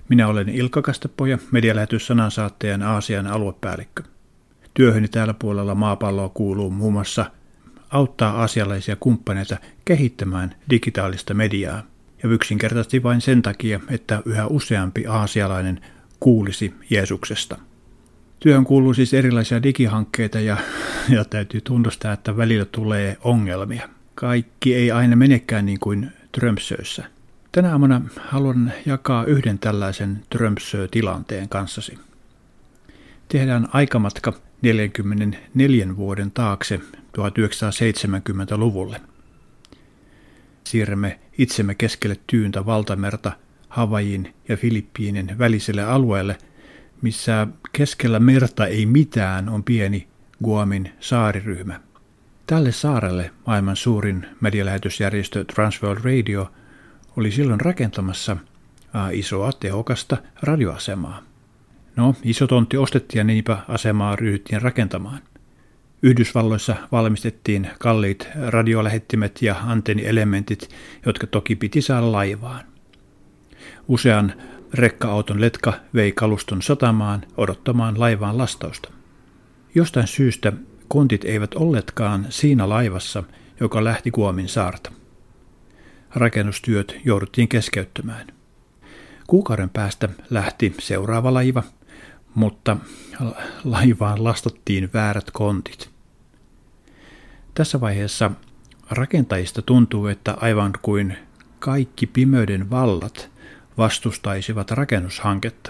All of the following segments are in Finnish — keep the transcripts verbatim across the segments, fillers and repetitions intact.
Minä olen Ilkka Kastepoja, medialähetys sanansaattajan Aasian aluepäällikkö. Työhöni täällä puolella maapalloa kuuluu muun muassa auttaa aasialaisia kumppaneita kehittämään digitaalista mediaa. Ja yksinkertaisesti vain sen takia, että yhä useampi aasialainen kuulisi Jeesuksesta. Työhön kuuluu siis erilaisia digihankkeita ja, ja täytyy tunnustaa, että välillä tulee ongelmia. Kaikki ei aina menekään niin kuin Tromsössä. Tänä aamuna haluan jakaa yhden tällaisen Tromsø-tilanteen kanssasi. Tehdään aikamatka neljänkymmenenneljän vuoden taakse tuhatyhdeksänsataaseitsemänkymmentäluvulle. Siirrämme itsemme keskelle tyyntä valtamerta Havaijin ja Filippiinen väliselle alueelle, missä keskellä merta ei mitään on pieni Guamin saariryhmä. Tälle saarelle maailman suurin medialähetysjärjestö Transworld Radio oli silloin rakentamassa isoa tehokasta radioasemaa. No, iso tontti ostettiin ja niinpä asemaa ryhdyttiin rakentamaan. Yhdysvalloissa valmistettiin kalliit radiolähettimet ja antennielementit, jotka toki piti saada laivaan. Usean rekka-auton letka vei kaluston satamaan odottamaan laivaan lastausta. Jostain syystä kontit eivät olleetkaan siinä laivassa, joka lähti Guamin saarta. Rakennustyöt jouduttiin keskeyttämään. Kuukauden päästä lähti seuraava laiva, mutta laivaan lastattiin väärät kontit. Tässä vaiheessa rakentajista tuntuu, että aivan kuin kaikki pimeyden vallat vastustaisivat rakennushanketta.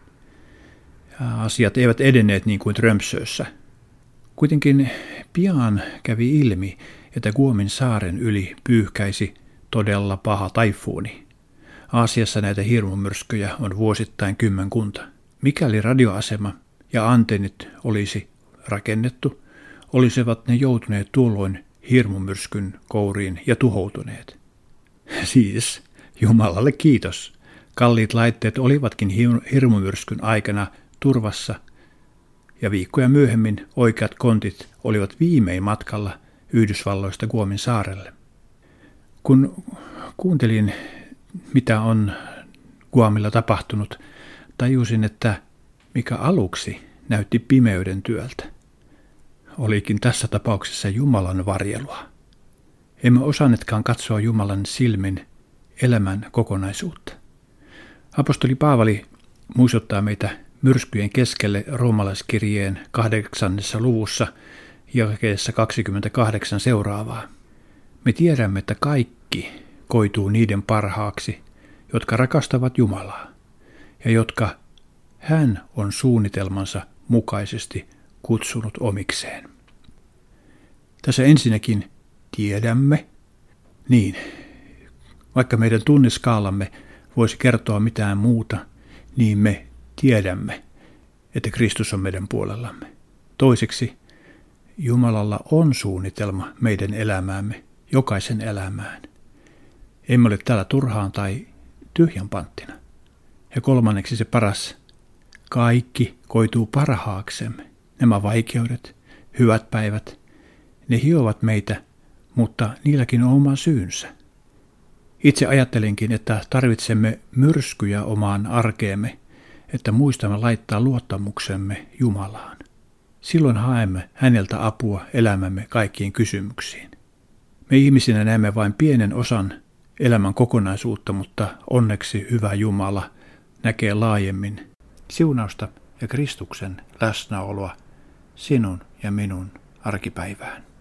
Asiat eivät edenneet niin kuin Tromsøssä. Kuitenkin pian kävi ilmi, että Guamin saaren yli pyyhkäisi todella paha taifuuni. Aasiassa näitä hirmumyrskyjä on vuosittain kymmenkunta. Mikäli radioasema ja antennit olisi rakennettu, olisivat ne joutuneet tuolloin hirmumyrskyn kouriin ja tuhoutuneet. Siis, Jumalalle kiitos. Kalliit laitteet olivatkin hirmumyrskyn aikana turvassa, ja viikkoja myöhemmin oikeat kontit olivat viimein matkalla Yhdysvalloista Guamin saarelle. Kun kuuntelin, mitä on Guamilla tapahtunut, tajusin, että mikä aluksi näytti pimeyden työltä, olikin tässä tapauksessa Jumalan varjelua. Emme osanneetkaan katsoa Jumalan silmin elämän kokonaisuutta. Apostoli Paavali muistuttaa meitä myrskyjen keskelle roomalaiskirjeen kahdeksannessa luvussa jakeessa kaksikymmentäkahdeksan seuraavaa. Me tiedämme, että kaikki koituu niiden parhaaksi, jotka rakastavat Jumalaa ja jotka hän on suunnitelmansa mukaisesti kutsunut omikseen. Tässä ensinnäkin tiedämme, niin vaikka meidän tunneskaalamme voisi kertoa mitään muuta, niin me tiedämme, että Kristus on meidän puolellamme. Toiseksi, Jumalalla on suunnitelma meidän elämäämme, jokaisen elämään. Emme ole täällä turhaan tai tyhjän panttina. Ja kolmanneksi se paras, kaikki koituu parhaaksemme. Nämä vaikeudet, hyvät päivät, ne hiovat meitä, mutta niilläkin on oma syynsä. Itse ajattelinkin, että tarvitsemme myrskyjä omaan arkeemme, että muistamme laittaa luottamuksemme Jumalaan. Silloin haemme häneltä apua elämämme kaikkiin kysymyksiin. Me ihmisinä näemme vain pienen osan elämän kokonaisuutta, mutta onneksi hyvä Jumala näkee laajemmin siunausta ja Kristuksen läsnäoloa sinun ja minun arkipäivään.